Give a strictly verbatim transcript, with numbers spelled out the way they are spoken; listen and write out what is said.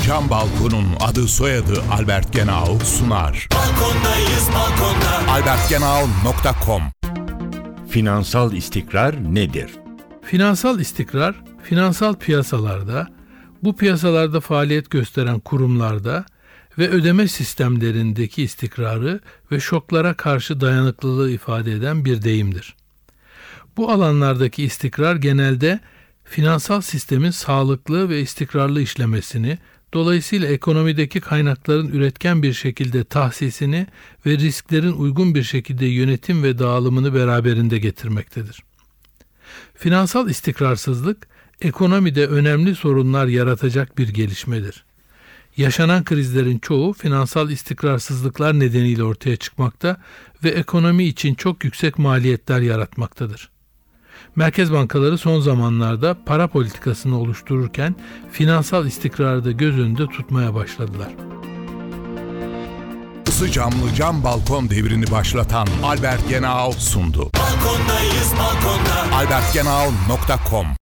Cam Balkon'un adı soyadı Albert Genau sunar. Balkondayız balkonda. albert genau nokta com. Finansal istikrar nedir? Finansal istikrar, finansal piyasalarda, bu piyasalarda faaliyet gösteren kurumlarda ve ödeme sistemlerindeki istikrarı ve şoklara karşı dayanıklılığı ifade eden bir deyimdir. Bu alanlardaki istikrar genelde finansal sistemin sağlıklı ve istikrarlı işlemesini, dolayısıyla ekonomideki kaynakların üretken bir şekilde tahsisini ve risklerin uygun bir şekilde yönetim ve dağılımını beraberinde getirmektedir. Finansal istikrarsızlık, ekonomide önemli sorunlar yaratacak bir gelişmedir. Yaşanan krizlerin çoğu finansal istikrarsızlıklar nedeniyle ortaya çıkmakta ve ekonomi için çok yüksek maliyetler yaratmaktadır. Merkez bankaları son zamanlarda para politikasını oluştururken finansal istikrarı da göz önünde tutmaya başladılar. Isı camlı cam balkon devrini başlatan Albert Genau sundu. Balkondayız balkonda. albert genau nokta com